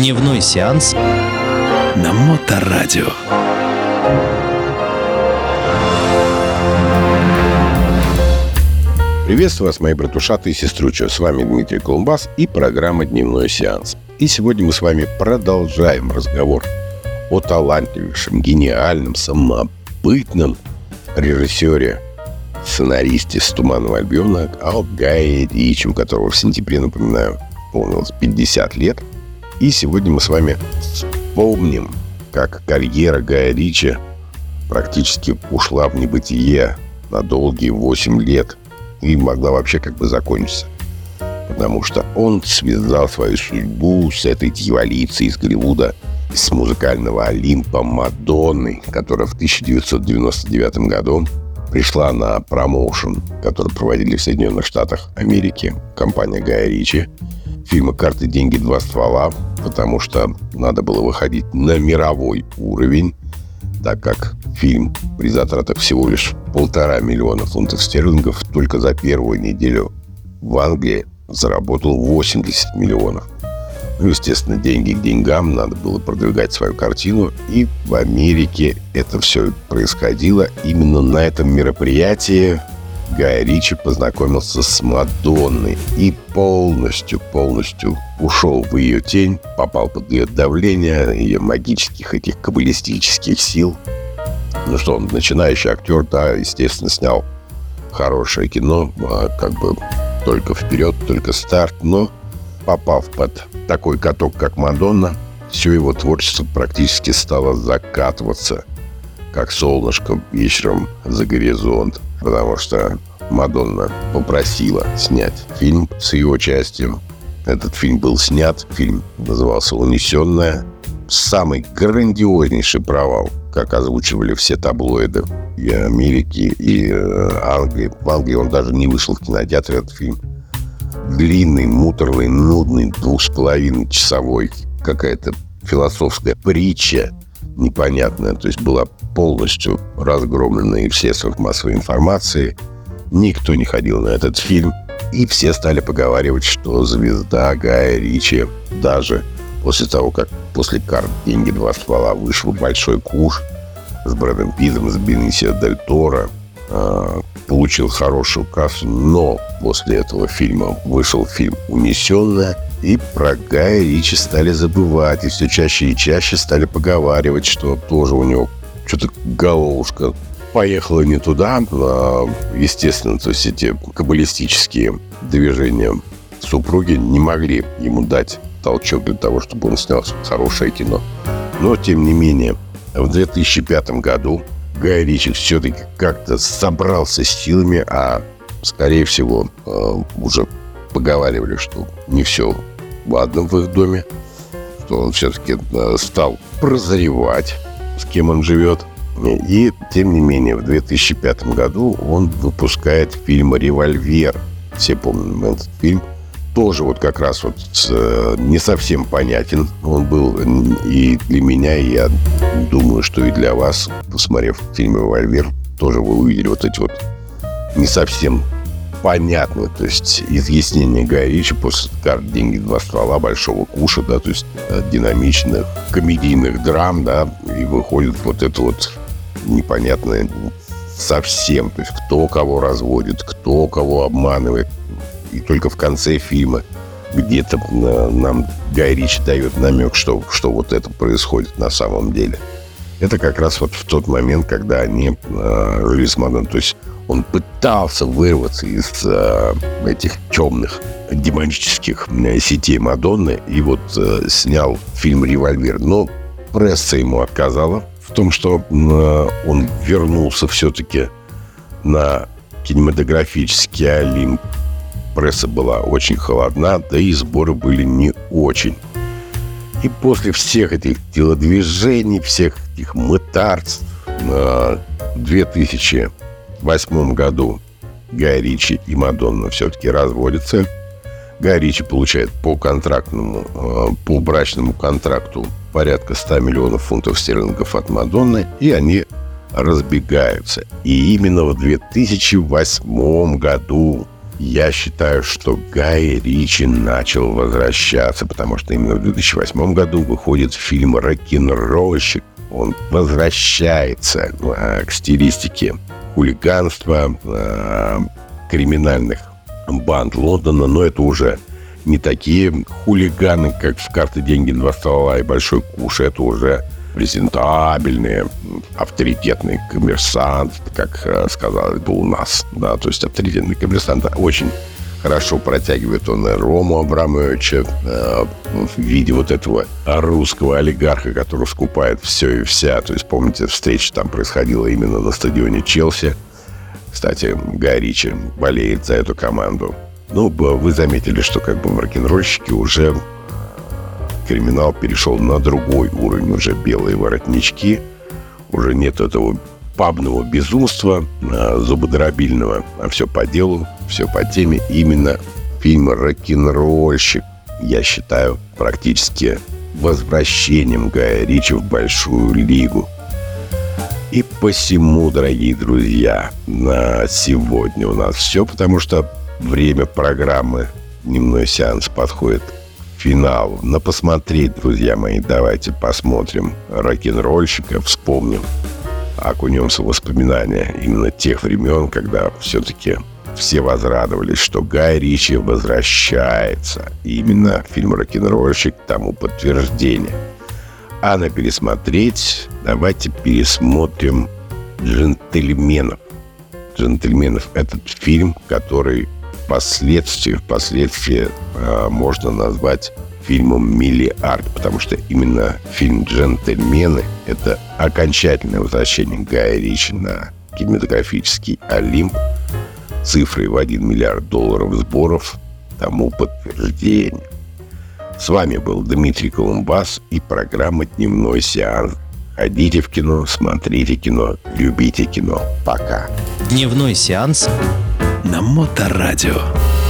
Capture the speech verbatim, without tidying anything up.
Дневной сеанс на Моторадио. Приветствую вас, мои братушаты и сестручи. С вами Дмитрий Колумбас и программа «Дневной сеанс». И сегодня мы с вами продолжаем разговор о талантливейшем, гениальном, самобытном режиссере, сценаристе «С туманного Альбиона» о Гае Ричи, у которого в сентябре, напоминаю, исполнилось пятьдесят лет. И сегодня мы с вами вспомним, как карьера Гая Ричи практически ушла в небытие на долгие восемь лет и могла вообще как бы закончиться. Потому что он связал свою судьбу с этой дьяволицей из Голливуда, с музыкального Олимпа Мадонной, которая в тысяча девятьсот девяносто девятом году пришла на промоушен, который проводили в Соединенных Штатах Америки компания Гая Ричи, фильма «Карты, деньги, два ствола», потому что надо было выходить на мировой уровень, так как фильм при затратах всего лишь полтора миллиона фунтов стерлингов только за первую неделю в Англии заработал восемьдесят миллионов. Ну, естественно, деньги к деньгам, надо было продвигать свою картину, и в Америке это все происходило. Именно на этом мероприятии Гай Ричи познакомился с Мадонной и полностью, полностью ушел в ее тень, попал под ее давление, ее магических, этих каббалистических сил. Ну что, он начинающий актер, да, естественно, снял хорошее кино, как бы только вперед, только старт, но попав под такой каток, как Мадонна, все его творчество практически стало закатываться, как солнышко вечером за горизонт, потому что Мадонна попросила снять фильм с ее участием. Этот фильм был снят, фильм назывался «Унесенная». Самый грандиознейший провал, как озвучивали все таблоиды и Америки, и э, Англии. В Англии он даже не вышел в кинотеатре, этот фильм. Длинный, муторный, нудный, двух с половиной часовой, какая-то философская притча непонятная. То есть была полностью разгромлена и все средства массовой информации. Никто не ходил на этот фильм. И все стали поговаривать, что звезда Гая Ричи, даже после того, как после «Карт, деньги, два ствола» вышел «Большой куш» с Брэдом Питтом, с Бенисио Дель Торо, э, получил хорошую кассу, но после этого фильма вышел фильм «Унесенная», и про Гая Ричи стали забывать, и все чаще и чаще стали поговаривать, что тоже у него что-то головушка поехала не туда. А, естественно, то есть эти каббалистические движения супруги не могли ему дать толчок для того, чтобы он снял хорошее кино. Но, тем не менее, в две тысячи пятом году Гай Ричи все-таки как-то собрался с силами, а, скорее всего, уже поговаривали, что не все ладно в их доме, что он все-таки стал прозревать, с кем он живет. И, тем не менее, в две тысячи пятом году он выпускает фильм «Револьвер». Все помним этот фильм. Тоже вот как раз вот э, не совсем понятен он был и для меня, и я думаю, что и для вас, посмотрев фильм «Револьвер», тоже вы увидели вот эти вот не совсем понятные, то есть изъяснения Гая Ричи после «Карт, деньги, два ствола», «Большого куша», да, то есть динамичных комедийных драм, да, и выходит вот это вот непонятное совсем, то есть кто кого разводит, кто кого обманывает. И только в конце фильма где-то нам Гай Ричи дает намек, что, что вот это происходит на самом деле. Это как раз вот в тот момент, когда они э, жили с Мадонной. То есть он пытался вырваться из э, этих темных демонических э, сетей Мадонны и вот э, снял фильм «Револьвер». Но пресса ему отказала в том, что э, он вернулся все-таки на кинематографический Олимп. Пресса была очень холодна, да и сборы были не очень. И после всех этих телодвижений, всех этих мытарств, в две тысячи восьмом году Гай Ричи и Мадонна все-таки разводятся. Гай Ричи получает по контрактному, по брачному контракту порядка ста миллионов фунтов стерлингов от Мадонны, и они разбегаются. И именно в две тысячи восьмом году Я считаю, что Гай Ричи начал возвращаться, потому что именно в две тысячи восьмом году выходит фильм «Рок-н-ролльщик». Он возвращается а, к стилистике хулиганства, а, криминальных банд Лондона, но это уже не такие хулиганы, как в «Карты, деньги, два ствола» и «Большой куш». Это уже презентабельные, авторитетные коммерсанты, как сказалось бы у нас. Да, то есть авторитетный коммерсант очень хорошо протягивает он Рому Абрамовича э, в виде вот этого русского олигарха, который скупает все и вся. То есть, помните, встреча там происходила именно на стадионе Челси. Кстати, Гай Ричи болеет за эту команду. Ну, вы заметили, что как бы в «Рок-н-ролльщике» уже криминал перешел на другой уровень. Уже белые воротнички, уже нет этого пабного безумства, зубодробильного, а все по делу, все по теме. Именно фильм «Рок-н-ролльщик», я считаю, практически возвращением Гая Ричи в большую лигу. И посему, дорогие друзья, на сегодня у нас все, потому что время программы «Дневной сеанс» подходит к финалу. Но посмотреть, друзья мои, давайте посмотрим «Рок-н-ролльщика», вспомним, окунемся в воспоминания именно тех времен, когда все-таки все возрадовались, что Гай Ричи возвращается. И именно фильм «Рок-н-ролльщик» тому подтверждение. А на пересмотреть давайте пересмотрим «Джентльменов». «Джентльменов» — этот фильм, который впоследствии, впоследствии э, можно назвать фильмом «Миллиард», потому что именно фильм «Джентльмены» — это окончательное возвращение Гая Ричи на кинематографический Олимп. Цифры в один миллиард долларов сборов тому подтверждение. С вами был Дмитрий Колумбас и программа «Дневной сеанс». Ходите в кино, смотрите кино, любите кино. Пока. Дневной сеанс на Моторадио.